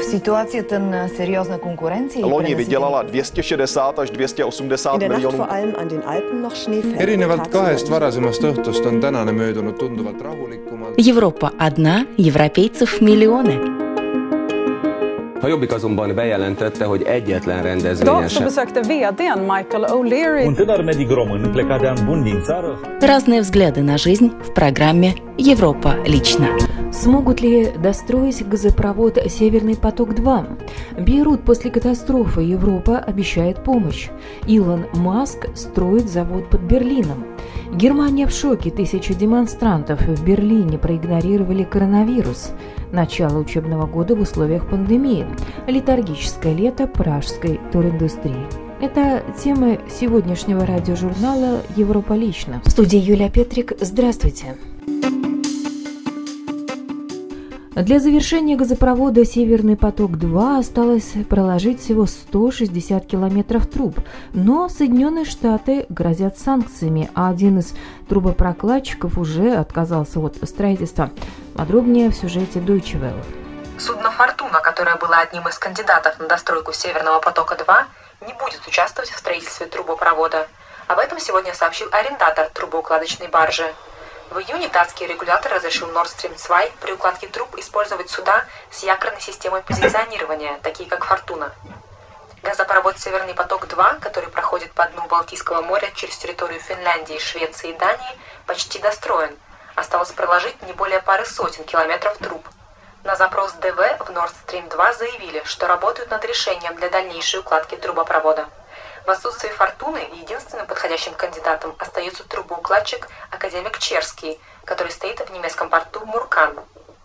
v situacията на сериозна конкуренция. Loni vydělala 260 až 280 miljonů. Erinevalt kahest varasemast õhtust on tänane möödunud tunduvalt rahulikumalt. Европа одна, европейцев миллионы. A Jobbik azonban bejelentette, hogy egyetlen rendezvényen sem. Разные взгляды на жизнь в программе «Европа лично». Смогут ли достроить газопровод «Северный поток-2»? Бейрут после катастрофы. Европа обещает помощь. Илон Маск строит завод под Берлином. Германия в шоке. 1000 демонстрантов в Берлине проигнорировали коронавирус. Начало учебного года в условиях пандемии. Летаргическое лето пражской туриндустрии. Это темы сегодняшнего радиожурнала «Европа лично». В студии Юлия Петрик. Здравствуйте. Для завершения газопровода «Северный поток-2» осталось проложить всего 160 километров труб, но Соединенные Штаты грозят санкциями, а один из трубопрокладчиков уже отказался от строительства. Подробнее в сюжете Deutsche Welle. Судно «Фортуна», которое было одним из кандидатов на достройку «Северного потока-2», не будет участвовать в строительстве трубопровода. Об этом сегодня сообщил арендатор трубоукладочной баржи. В июне датский регулятор разрешил Nord Stream 2 при укладке труб использовать суда с якорной системой позиционирования, такие как «Фортуна». Газопровод «Северный поток-2», который проходит по дну Балтийского моря через территорию Финляндии, Швеции и Дании, почти достроен. Осталось проложить не более пары сотен километров труб. На запрос ДВ в Nord Stream 2 заявили, что работают над решением для дальнейшей укладки трубопровода. В отсутствие «Фортуны» единственным подходящим кандидатом остается трубоукладчик академик Черский, который стоит в немецком порту Муркан.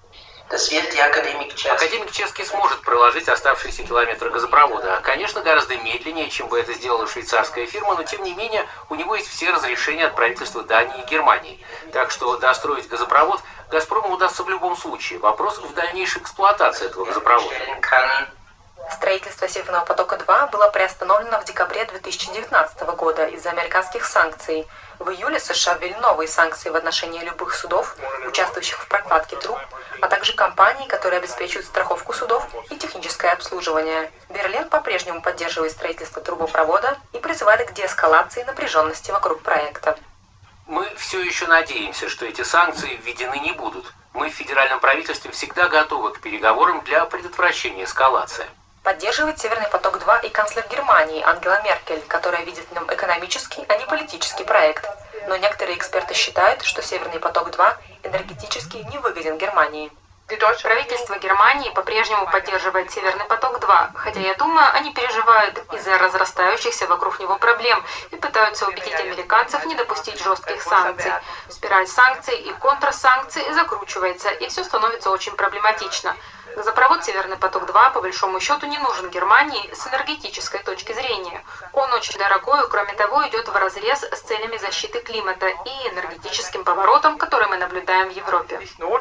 Академик Черский сможет проложить оставшиеся километры газопровода. Конечно, гораздо медленнее, чем бы это сделала швейцарская фирма, но тем не менее у него есть все разрешения от правительства Дании и Германии. Так что достроить газопровод «Газпрому» удастся в любом случае. Вопрос в дальнейшей эксплуатации этого газопровода. Строительство «Северного потока-2» было приостановлено в декабре 2019 года из-за американских санкций. В июле США ввели новые санкции в отношении любых судов, участвующих в прокладке труб, а также компаний, которые обеспечивают страховку судов и техническое обслуживание. Берлин по-прежнему поддерживает строительство трубопровода и призывает к деэскалации напряженности вокруг проекта. Мы все еще надеемся, что эти санкции введены не будут. Мы в федеральном правительстве всегда готовы к переговорам для предотвращения эскалации. Поддерживает «Северный поток-2» и канцлер Германии Ангела Меркель, которая видит в нем экономический, а не политический проект. Но некоторые эксперты считают, что «Северный поток-2» энергетически не выгоден Германии. Правительство Германии по-прежнему поддерживает «Северный поток-2», хотя, я думаю, они переживают из-за разрастающихся вокруг него проблем и пытаются убедить американцев не допустить жестких санкций. Спираль санкций и контрсанкций закручивается, и все становится очень проблематично. Газопровод «Северный поток-2» по большому счету не нужен Германии с энергетической точки зрения. Он очень дорогой и, кроме того, идет вразрез с целями защиты климата и энергетическим поворотом, который мы наблюдаем в Европе.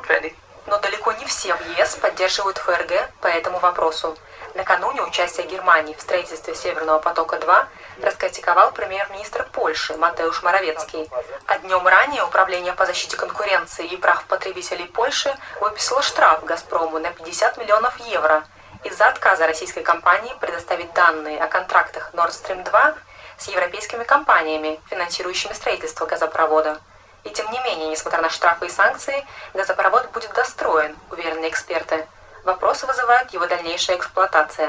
Но далеко не все в ЕС поддерживают ФРГ по этому вопросу. Накануне участия Германии в строительстве «Северного потока-2» раскритиковал премьер-министр Польши Матеуш Моровецкий. А днем ранее Управление по защите конкуренции и прав потребителей Польши выписало штраф «Газпрому» на 50 миллионов евро из-за отказа российской компании предоставить данные о контрактах Nord Stream 2 с европейскими компаниями, финансирующими строительство газопровода. И тем не менее, несмотря на штрафы и санкции, газопровод будет достроен, уверены эксперты. Вопросы вызывает его дальнейшая эксплуатация.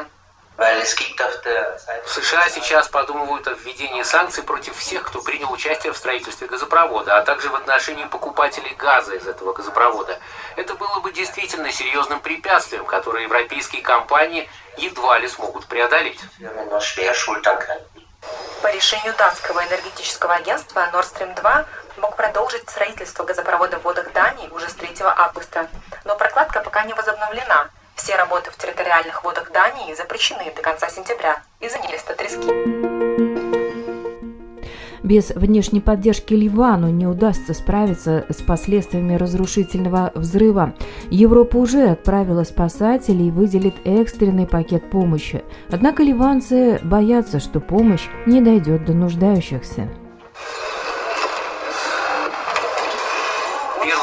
В США сейчас подумывают о введении санкций против всех, кто принял участие в строительстве газопровода, а также в отношении покупателей газа из этого газопровода. Это было бы действительно серьезным препятствием, которое европейские компании едва ли смогут преодолеть. По решению датского энергетического агентства Nord Stream 2 мог продолжить строительство газопровода в водах Дании уже с 3 августа, но прокладка пока не возобновлена. Все работы в территориальных водах Дании запрещены до конца сентября из-за нереста трески. Без внешней поддержки Ливану не удастся справиться с последствиями разрушительного взрыва. Европа уже отправила спасателей и выделит экстренный пакет помощи. Однако ливанцы боятся, что помощь не дойдет до нуждающихся. Первый шок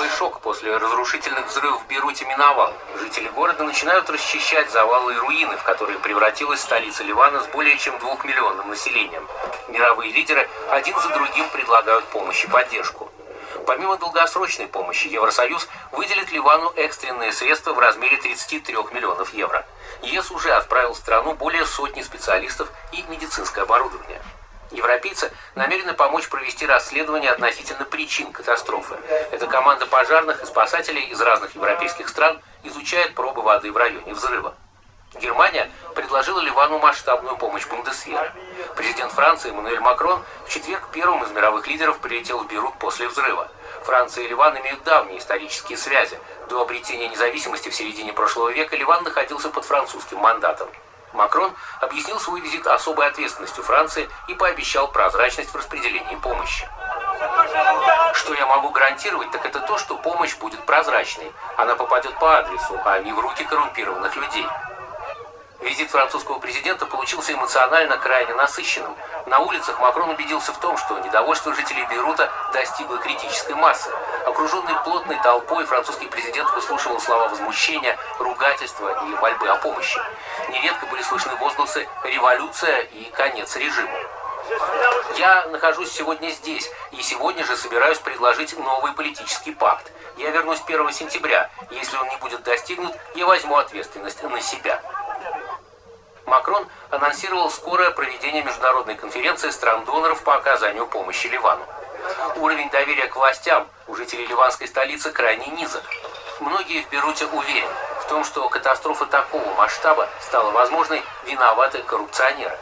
после разрушительных взрывов в Бейруте миновал. Жители города начинают расчищать завалы и руины, в которые превратилась столица Ливана с более чем 2-миллионным населением. Мировые лидеры один за другим предлагают помощь и поддержку. Помимо долгосрочной помощи, Евросоюз выделит Ливану экстренные средства в размере 33 миллионов евро. ЕС уже отправил в страну более сотни специалистов и медицинское оборудование. Европейцы намерены помочь провести расследование относительно причин катастрофы. Эта команда пожарных и спасателей из разных европейских стран изучает пробы воды в районе взрыва. Германия предложила Ливану масштабную помощь Бундесвера. Президент Франции Эммануэль Макрон в четверг первым из мировых лидеров прилетел в Бейрут после взрыва. Франция и Ливан имеют давние исторические связи. До обретения независимости в середине прошлого века Ливан находился под французским мандатом. Макрон объяснил свой визит особой ответственностью Франции и пообещал прозрачность в распределении помощи. Что я могу гарантировать, так это то, что помощь будет прозрачной. Она попадет по адресу, а не в руки коррумпированных людей. Визит французского президента получился эмоционально крайне насыщенным. На улицах Макрон убедился в том, что недовольство жителей Бейрута достигло критической массы. Окруженный плотной толпой, французский президент выслушивал слова возмущения, ругательства и мольбы о помощи. Нередко были слышны возгласы «революция» и «конец режиму». Я нахожусь сегодня здесь, и сегодня же собираюсь предложить новый политический пакт. Я вернусь 1 сентября. Если он не будет достигнут, я возьму ответственность на себя. Макрон анонсировал скорое проведение международной конференции стран-доноров по оказанию помощи Ливану. Уровень доверия к властям у жителей ливанской столицы крайне низок. Многие в Бейруте уверены в том, что катастрофа такого масштаба стала возможной, виноваты коррупционеры.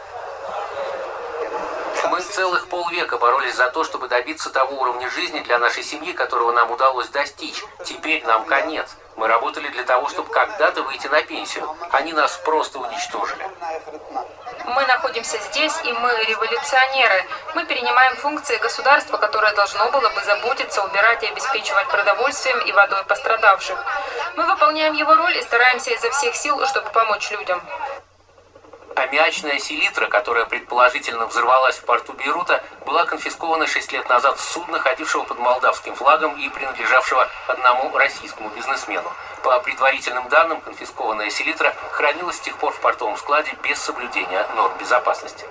Мы целых полвека боролись за то, чтобы добиться того уровня жизни для нашей семьи, которого нам удалось достичь. Теперь нам конец. Мы работали для того, чтобы когда-то выйти на пенсию. Они нас просто уничтожили. Мы находимся здесь, и мы революционеры. Мы перенимаем функции государства, которое должно было бы заботиться, убирать и обеспечивать продовольствием и водой пострадавших. Мы выполняем его роль и стараемся изо всех сил, чтобы помочь людям. Аммиачная селитра, которая предположительно взорвалась в порту Бейрута, была конфискована 6 лет назад с судна, ходившего под молдавским флагом и принадлежавшего одному российскому бизнесмену. По предварительным данным, конфискованная селитра хранилась с тех пор в портовом складе без соблюдения норм безопасности.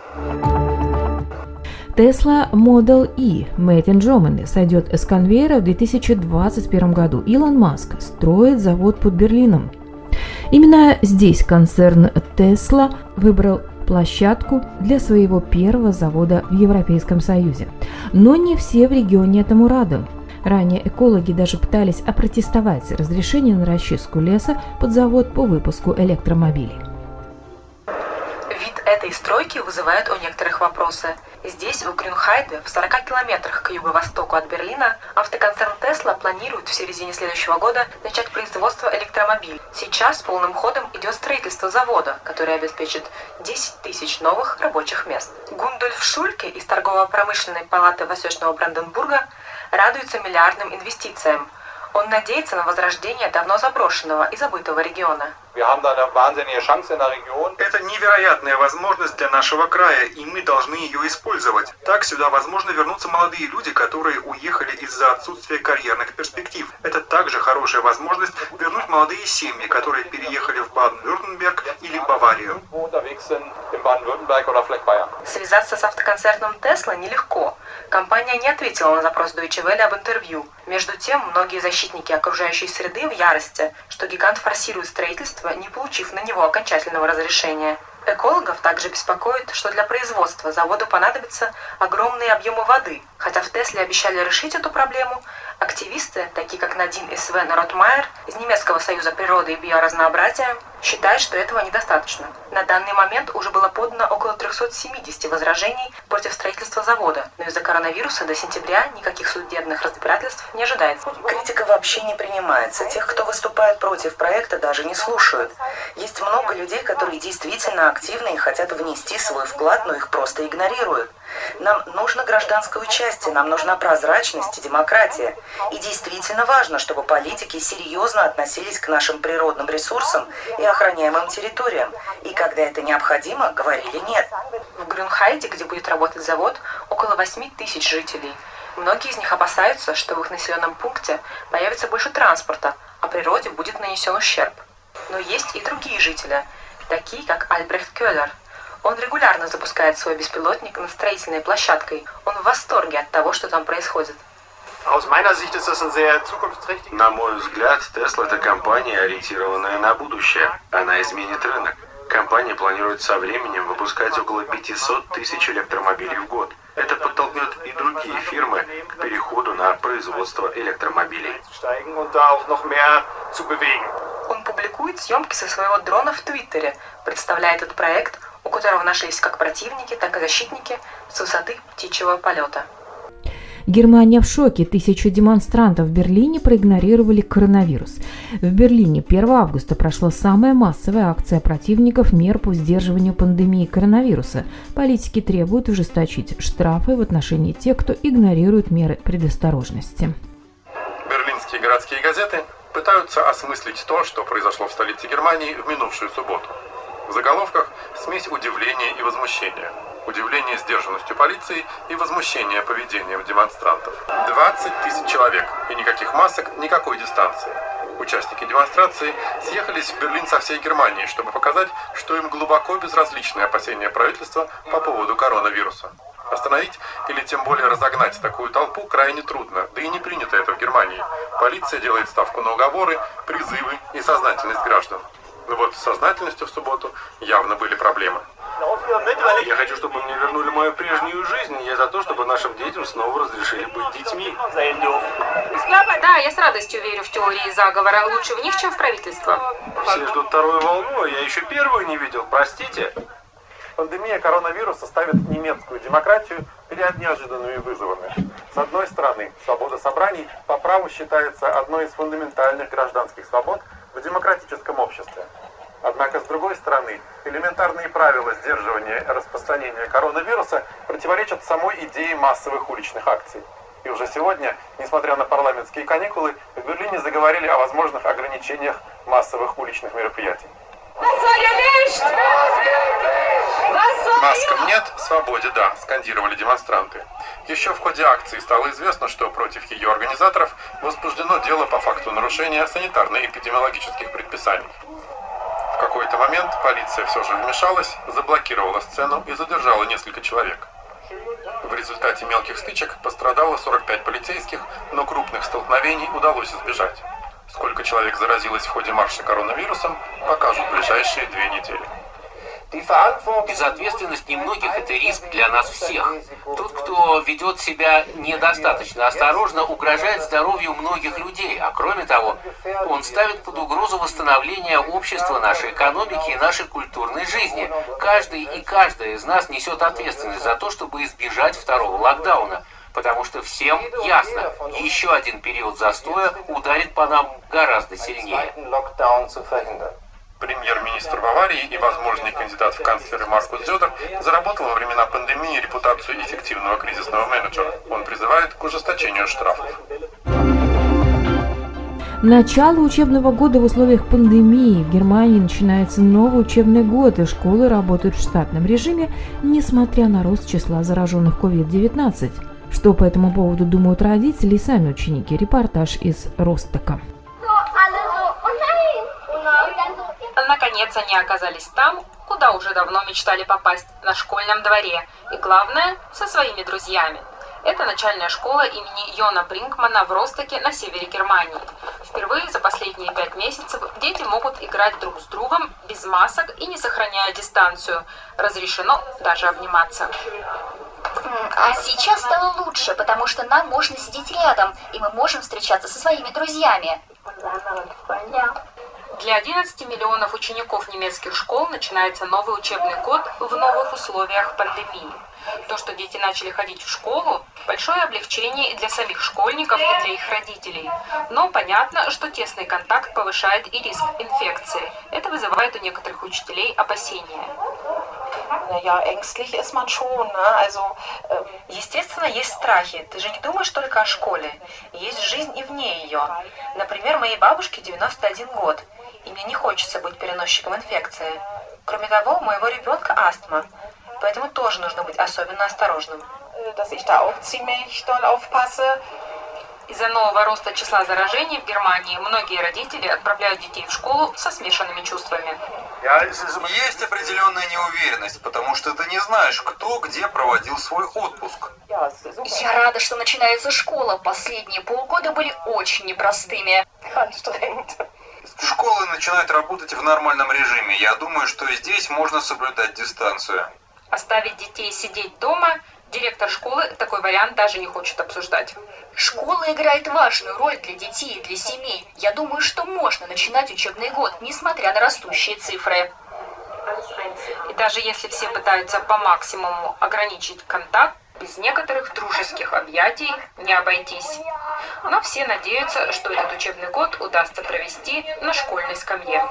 Tesla Model E Made in Germany сойдет с конвейера в 2021 году. Илон Маск строит завод под Берлином. Именно здесь концерн Tesla выбрал площадку для своего первого завода в Европейском Союзе. Но не все в регионе этому рады. Ранее экологи даже пытались опротестовать разрешение на расчистку леса под завод по выпуску электромобилей. Вид этой стройки вызывает у некоторых вопросы. Здесь, в Грюнхайде, в 40 километрах к юго-востоку от Берлина, автоконцерн Tesla планирует в середине следующего года начать производство электромобилей. Сейчас полным ходом идет строительство завода, который обеспечит 10 тысяч новых рабочих мест. Гундольф Шульке из торгово-промышленной палаты Восточного Бранденбурга радуется миллиардным инвестициям. Он надеется на возрождение давно заброшенного и забытого региона. Это невероятная возможность для нашего края, и мы должны ее использовать. Так сюда, возможно, вернутся молодые люди, которые уехали из-за отсутствия карьерных перспектив. Это также хорошая возможность вернуть молодые семьи, которые переехали в Баден-Вюртемберг или Баварию. Связаться с автоконцерном Tesla нелегко. Компания не ответила на запрос Deutsche Welle об интервью. Между тем, многие защитники окружающей среды в ярости, что гигант форсирует строительство, не получив на него окончательного разрешения. Экологов также беспокоит, что для производства заводу понадобятся огромные объемы воды. Хотя в Тесле обещали решить эту проблему, активисты, такие как Надин и Свен Ротмайер из Немецкого союза природы и биоразнообразия, считают, что этого недостаточно. На данный момент уже было подано около 370 возражений против строительства завода, но из-за коронавируса до сентября никаких судебных разбирательств не ожидается. Критика вообще не принимается. Тех, кто выступает против проекта, даже не слушают. Есть много людей, которые действительно активны и хотят внести свой вклад, но их просто игнорируют. Нам нужно гражданское участие, нам нужна прозрачность и демократия. И действительно важно, чтобы политики серьезно относились к нашим природным ресурсам и охраняемым территориям. И когда это необходимо, говорили «нет». В Грюнхайде, где будет работать завод, около 8 тысяч жителей. Многие из них опасаются, что в их населенном пункте появится больше транспорта, а природе будет нанесен ущерб. Но есть и другие жители, такие как Альбрехт Кёллер. Он регулярно запускает свой беспилотник над строительной площадкой. Он в восторге от того, что там происходит. На мой взгляд, Tesla – это компания, ориентированная на будущее. Она изменит рынок. Компания планирует со временем выпускать около 500 тысяч электромобилей в год. Это подтолкнет и другие фирмы к переходу на производство электромобилей. Он публикует съемки со своего дрона в Твиттере, представляя этот проект, у которого нашлись как противники, так и защитники с высоты птичьего полета. Германия в шоке. 1000 демонстрантов в Берлине проигнорировали коронавирус. В Берлине 1 августа прошла самая массовая акция противников мер по сдерживанию пандемии коронавируса. Политики требуют ужесточить штрафы в отношении тех, кто игнорирует меры предосторожности. Берлинские городские газеты пытаются осмыслить то, что произошло в столице Германии в минувшую субботу. В заголовках смесь удивления и возмущения. Удивление сдержанностью полиции и возмущение поведением демонстрантов. 20 тысяч человек и никаких масок, никакой дистанции. Участники демонстрации съехались в Берлин со всей Германии, чтобы показать, что им глубоко безразличны опасения правительства по поводу коронавируса. Остановить или тем более разогнать такую толпу крайне трудно, да и не принято это в Германии. Полиция делает ставку на уговоры, призывы и сознательность граждан. Но вот с сознательностью в субботу явно были проблемы. Я хочу, чтобы мне вернули мою прежнюю жизнь, и я за то, чтобы нашим детям снова разрешили быть детьми. Да, я с радостью верю в теории заговора. Лучше в них, чем в правительство. Все ждут вторую волну, а я еще первую не видел, простите. Пандемия коронавируса ставит немецкую демократию перед неожиданными вызовами. С одной стороны, свобода собраний по праву считается одной из фундаментальных гражданских свобод в демократическом обществе. Однако, с другой стороны, элементарные правила сдерживания распространения коронавируса противоречат самой идее массовых уличных акций. И уже сегодня, несмотря на парламентские каникулы, в Берлине заговорили о возможных ограничениях массовых уличных мероприятий. Маскам нет, свободе да, скандировали демонстранты. Еще в ходе акции стало известно, что против ее организаторов возбуждено дело по факту нарушения санитарно-эпидемиологических предписаний. В какой-то момент полиция все же вмешалась, заблокировала сцену и задержала несколько человек. В результате мелких стычек пострадало 45 полицейских, но крупных столкновений удалось избежать. Сколько человек заразилось в ходе марша коронавирусом, покажут ближайшие 2 недели. Безответственность немногих – это риск для нас всех. Тот, кто ведет себя недостаточно осторожно, угрожает здоровью многих людей, а кроме того, он ставит под угрозу восстановление общества, нашей экономики и нашей культурной жизни. Каждый и каждая из нас несет ответственность за то, чтобы избежать второго локдауна. Потому что всем ясно, еще один период застоя ударит по нам гораздо сильнее. Премьер-министр Баварии и возможный кандидат в канцлеры Маркус Зёдер заработал во времена пандемии репутацию эффективного кризисного менеджера. Он призывает к ужесточению штрафов. Начало учебного года в условиях пандемии. В Германии начинается новый учебный год, и школы работают в штатном режиме, несмотря на рост числа зараженных COVID-19. Что по этому поводу думают родители и сами ученики? Репортаж из Ростока. Наконец они оказались там, куда уже давно мечтали попасть, на школьном дворе. И главное, со своими друзьями. Это начальная школа имени Йона Бринкмана в Ростоке на севере Германии. Впервые за последние 5 месяцев дети могут играть друг с другом без масок и не сохраняя дистанцию. Разрешено даже обниматься. А сейчас стало лучше, потому что нам можно сидеть рядом, и мы можем встречаться со своими друзьями. Для 11 миллионов учеников немецких школ начинается новый учебный год в новых условиях пандемии. То, что дети начали ходить в школу, большое облегчение и для самих школьников, и для их родителей. Но понятно, что тесный контакт повышает и риск инфекции. Это вызывает у некоторых учителей опасения. Естественно, есть страхи. Ты же не думаешь только о школе. Есть жизнь и вне ее. Например, моей бабушке 91 год, и мне не хочется быть переносчиком инфекции. Кроме того, у моего ребенка астма, поэтому тоже нужно быть особенно осторожным. Из-за нового роста числа заражений в Германии многие родители отправляют детей в школу со смешанными чувствами. Есть определенная неуверенность, потому что ты не знаешь, кто где проводил свой отпуск. Я рада, что начинается школа. Последние полгода были очень непростыми. Школы начинают работать в нормальном режиме. Я думаю, что здесь можно соблюдать дистанцию. Оставить детей сидеть дома директор школы такой вариант даже не хочет обсуждать. Школа играет важную роль для детей и для семей. Я думаю, что можно начинать учебный год, несмотря на растущие цифры. И даже если все пытаются по максимуму ограничить контакт, без некоторых дружеских объятий не обойтись. Но все надеются, что этот учебный год удастся провести на школьной скамье.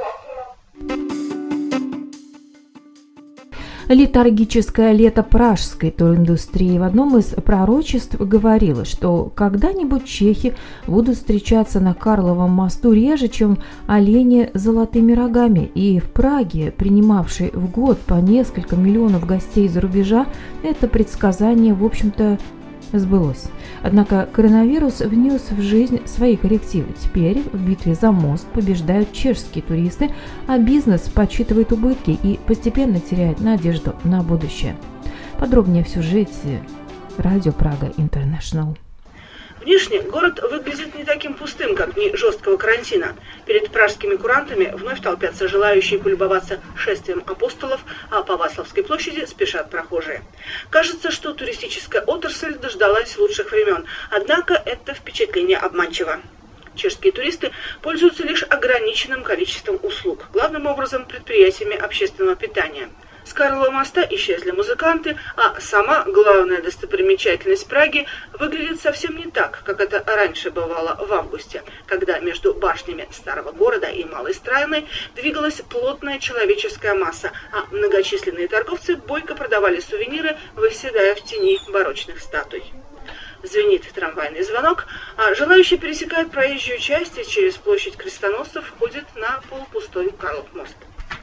Летаргическое лето пражской туриндустрии в одном из пророчеств говорило, что когда-нибудь чехи будут встречаться на Карловом мосту реже, чем олени с золотыми рогами. И в Праге, принимавшей в год по несколько миллионов гостей из-за рубежа, это предсказание, в общем-то, сбылось. Однако коронавирус внес в жизнь свои коррективы. Теперь в битве за мост побеждают чешские туристы, а бизнес подсчитывает убытки и постепенно теряет надежду на будущее. Подробнее в сюжете Радио Прага Интернешнл. Внешне город выглядит не таким пустым, как дни жесткого карантина. Перед пражскими курантами вновь толпятся желающие полюбоваться шествием апостолов, а по Вацлавской площади спешат прохожие. Кажется, что туристическая отрасль дождалась лучших времен, однако это впечатление обманчиво. Чешские туристы пользуются лишь ограниченным количеством услуг, главным образом предприятиями общественного питания. С Карлова моста исчезли музыканты, а сама главная достопримечательность Праги выглядит совсем не так, как это раньше бывало в августе, когда между башнями старого города и Малой Страны двигалась плотная человеческая масса, а многочисленные торговцы бойко продавали сувениры, восседая в тени барочных статуй. Звенит трамвайный звонок, а желающие пересекают проезжую часть и через площадь крестоносцев ходят на полупустой Карлов мост.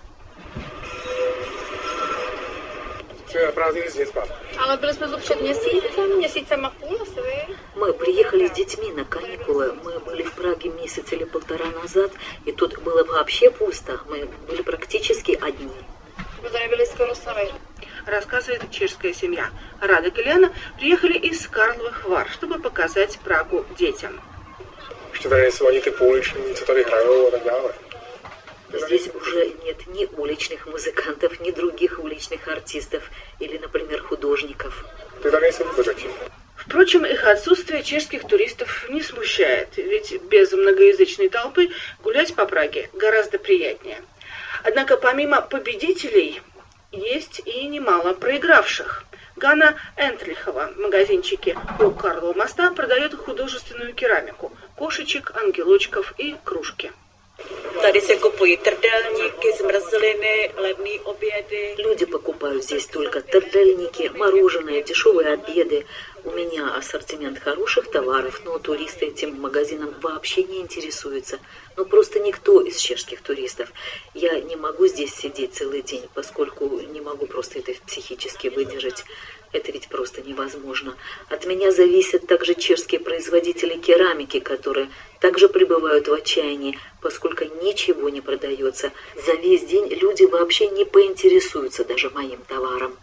Ale byli jsme tu před měsícem a půl asi, vy? Мы приехали с детьми на каникулы. Мы были в Праге месяц или полтора назад, и тут было вообще пусто. Мы были практически одни. Вы tady byli skoro sami. Рассказывает чешская семья. Радек и Лена приехали из Карловых Вар, чтобы показать Прагу детям. Ještě tady nejsou ani ty pouliční, co tady hrajou a tak dále. Здесь уже нет ни уличных музыкантов, ни других уличных артистов или, например, художников. Впрочем, их отсутствие чешских туристов не смущает, ведь без многоязычной толпы гулять по Праге гораздо приятнее. Однако помимо победителей есть и немало проигравших. Ганна Энтлихова в магазинчике у Карлова моста продает художественную керамику, кошечек, ангелочков и кружки. Tady se kupují trdelníky, zmrzliny, levné obědy. Люди покупают здесь только трдельники, мороженое, дешевые обеды. У меня ассортимент хороших товаров, но туристы этим магазином вообще не интересуются. Ну, просто никто из чешских туристов. Я не могу здесь сидеть целый день, поскольку не могу просто это психически выдержать. Это ведь просто невозможно. От меня зависят также чешские производители керамики, которые также пребывают в отчаянии, поскольку ничего не продается. За весь день люди вообще не поинтересуются даже моим товаром.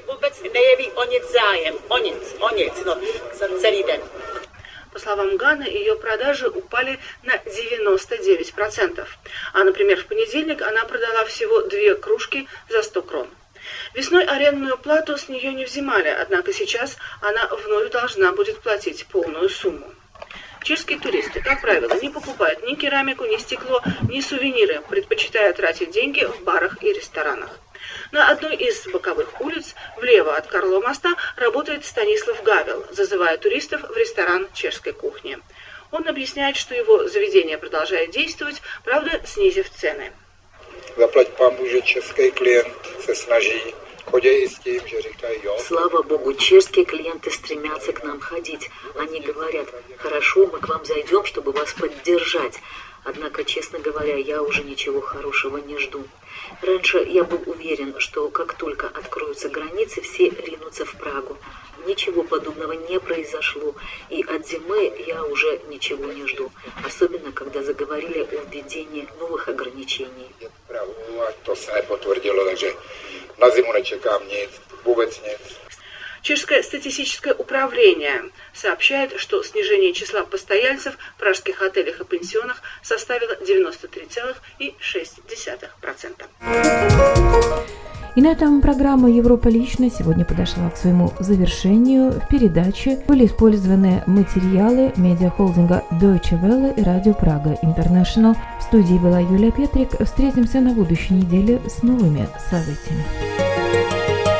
По словам Ганны, ее продажи упали на 99%. А, например, в понедельник она продала всего 2 кружки за 100 крон. Весной арендную плату с нее не взимали, однако сейчас она вновь должна будет платить полную сумму. Чешские туристы, как правило, не покупают ни керамику, ни стекло, ни сувениры, предпочитая тратить деньги в барах и ресторанах. На одной из боковых улиц, влево от Карлова моста, работает Станислав Гавел, зазывая туристов в ресторан чешской кухни. Он объясняет, что его заведение продолжает действовать, правда, снизив цены. Заплать памбу, že český klient se snaží, chodí i s tím, že říkají jo. Слава Богу, чешские клиенты стремятся к нам ходить. Они говорят: хорошо, мы к вам зайдем, чтобы вас поддержать. Однако, честно говоря, я уже ничего хорошего не жду. Раньше я был уверен, что как только откроются границы, все ринутся в Прагу. Ничего подобного не произошло, и от зимы я уже ничего не жду, особенно когда заговорили о введении новых ограничений. Чешское статистическое управление сообщает, что снижение числа постояльцев в пражских отелях и пансионах составило 93,6%. И на этом программа «Европа лично» сегодня подошла к своему завершению. В передаче были использованы материалы медиахолдинга Deutsche Welle и Радио Прага International. В студии была Юлия Петрик. Встретимся на будущей неделе с новыми событиями.